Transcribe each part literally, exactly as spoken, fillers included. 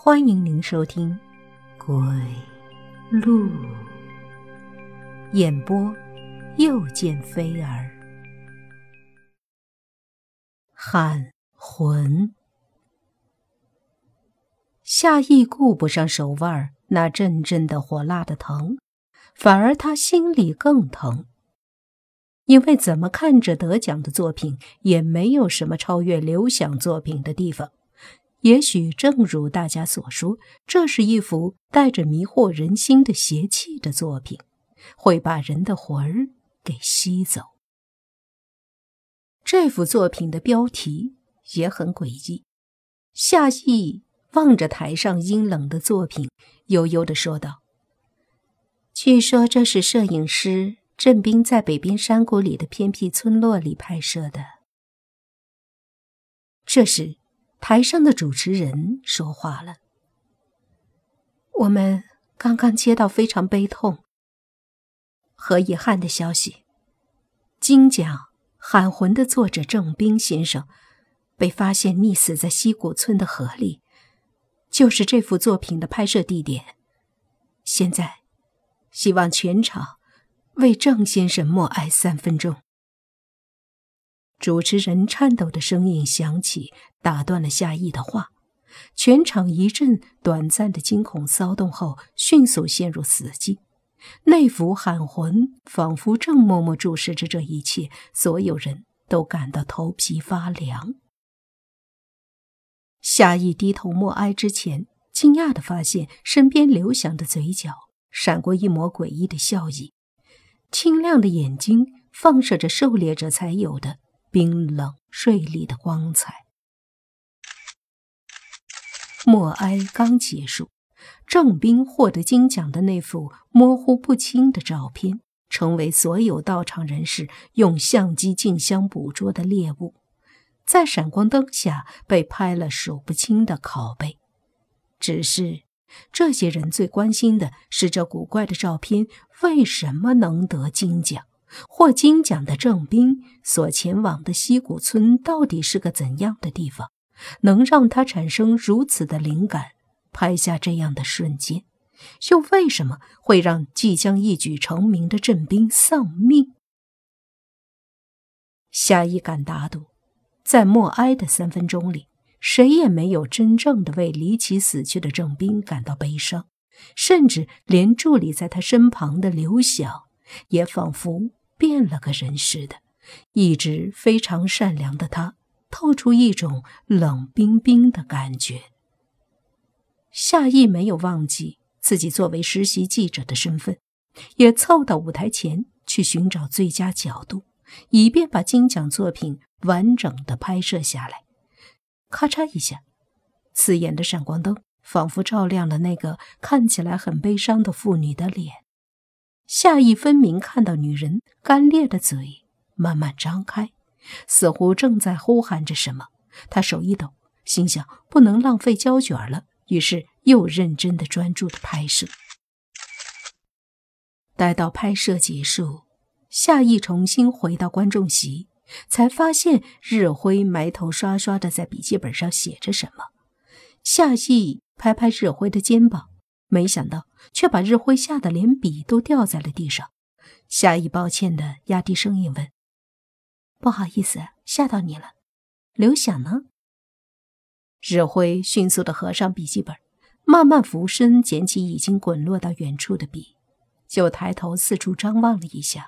欢迎您收听《鬼路》，演播又见菲儿。喊魂。夏意顾不上手腕那阵阵的火辣的疼，反而他心里更疼，因为怎么看着得奖的作品也没有什么超越刘想作品的地方。也许正如大家所说，这是一幅带着迷惑人心的邪气的作品，会把人的魂儿给吸走。这幅作品的标题也很诡异。夏意望着台上阴冷的作品，悠悠地说道：据说这是摄影师郑斌在北边山谷里的偏僻村落里拍摄的。这时台上的主持人说话了：我们刚刚接到非常悲痛和遗憾的消息，金奖《喊魂》的作者郑斌先生被发现溺死在溪谷村的河里，就是这幅作品的拍摄地点。现在希望全场为郑先生默哀三分钟。主持人颤抖的声音响起，打断了夏意的话。全场一阵短暂的惊恐骚动后，迅速陷入死寂。那幅喊魂仿佛正默默注视着这一切，所有人都感到头皮发凉。夏意低头默哀之前，惊讶地发现身边刘翔的嘴角闪过一抹诡异的笑意，清亮的眼睛放射着狩猎者才有的冰冷锐利的光彩。默哀刚结束，郑斌获得金奖的那幅模糊不清的照片成为所有到场人士用相机竞相捕捉的猎物，在闪光灯下被拍了数不清的拷贝。只是这些人最关心的是这古怪的照片为什么能得金奖，获金奖的郑斌所前往的溪谷村到底是个怎样的地方，能让他产生如此的灵感，拍下这样的瞬间，又为什么会让即将一举成名的郑斌丧命？夏意敢打赌，在默哀的三分钟里，谁也没有真正的为离奇死去的郑斌感到悲伤，甚至连伫立在他身旁的刘想也仿佛变了个人似的，一直非常善良的他透出一种冷冰冰的感觉。夏意没有忘记自己作为实习记者的身份，也凑到舞台前去寻找最佳角度，以便把金奖作品完整的拍摄下来。咔嚓一下，刺眼的闪光灯仿佛照亮了那个看起来很悲伤的妇女的脸。夏意分明看到女人干裂的嘴慢慢张开，似乎正在呼喊着什么。他手一抖，心想不能浪费胶卷了，于是又认真地专注地拍摄。待到拍摄结束，夏意重新回到观众席，才发现日辉埋头刷刷地在笔记本上写着什么。夏意拍拍日辉的肩膀，没想到却把日辉吓得连笔都掉在了地上。夏意抱歉地压低声音问：不好意思，吓到你了。刘想呢？日辉迅速地合上笔记本，慢慢俯身捡起已经滚落到远处的笔，就抬头四处张望了一下。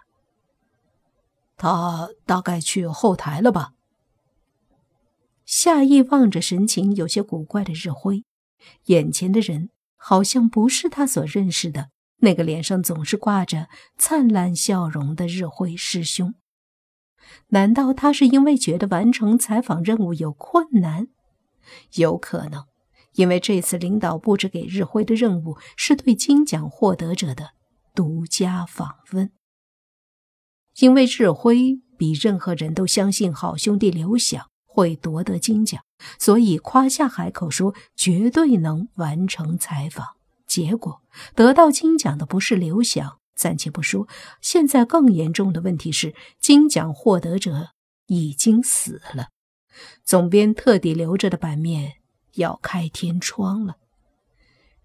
他大概去后台了吧？夏意望着神情有些古怪的日辉，眼前的人好像不是他所认识的那个脸上总是挂着灿烂笑容的日辉师兄。难道他是因为觉得完成采访任务有困难？有可能，因为这次领导布置给日辉的任务是对金奖获得者的独家访问。因为日辉比任何人都相信好兄弟刘想会夺得金奖，所以夸下海口说绝对能完成采访。结果得到金奖的不是刘想，暂且不说，现在更严重的问题是金奖获得者已经死了。总编特地留着的版面要开天窗了。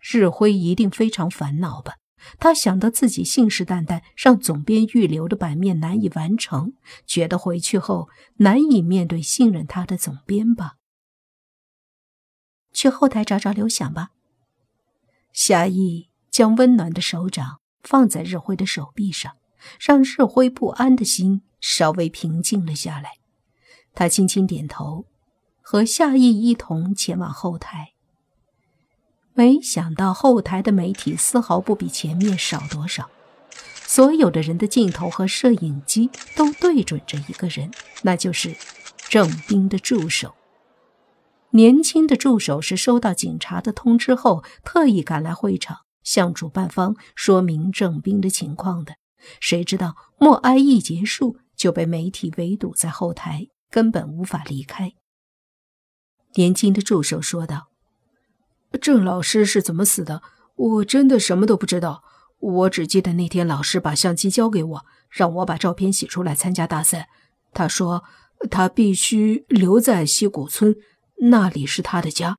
日辉一定非常烦恼吧。他想到自己信誓旦旦让总编预留的版面难以完成，觉得回去后难以面对信任他的总编吧。去后台找找刘想吧。夏意将温暖的手掌放在日辉的手臂上，让日辉不安的心稍微平静了下来。他轻轻点头，和夏意一同前往后台。没想到后台的媒体丝毫不比前面少多少，所有的人的镜头和摄影机都对准着一个人，那就是郑斌的助手。年轻的助手是收到警察的通知后特意赶来会场，向主办方说明郑斌的情况的。谁知道默哀一结束就被媒体围堵在后台，根本无法离开。年轻的助手说道：郑老师是怎么死的？我真的什么都不知道，我只记得那天老师把相机交给我，让我把照片洗出来参加大赛。他说他必须留在溪谷村，那里是他的家。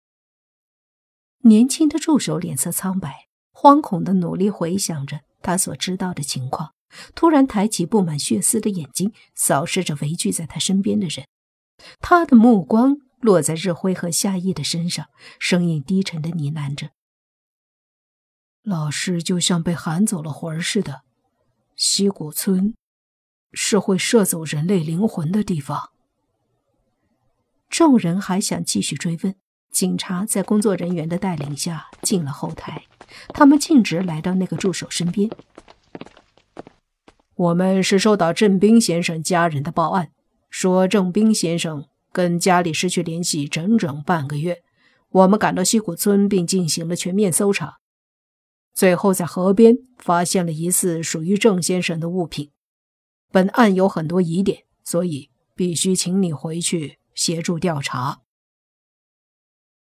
年轻的助手脸色苍白，惶恐地努力回想着他所知道的情况，突然抬起布满血丝的眼睛，扫视着围聚在他身边的人。他的目光落在日辉和夏意的身上，声音低沉地呢喃着：老师就像被喊走了魂似的，溪谷村是会摄走人类灵魂的地方。众人还想继续追问，警察在工作人员的带领下进了后台，他们径直来到那个助手身边。我们是收到郑斌先生家人的报案，说郑斌先生跟家里失去联系整整半个月，我们赶到溪谷村并进行了全面搜查，最后在河边发现了疑似属于郑先生的物品。本案有很多疑点，所以必须请你回去协助调查。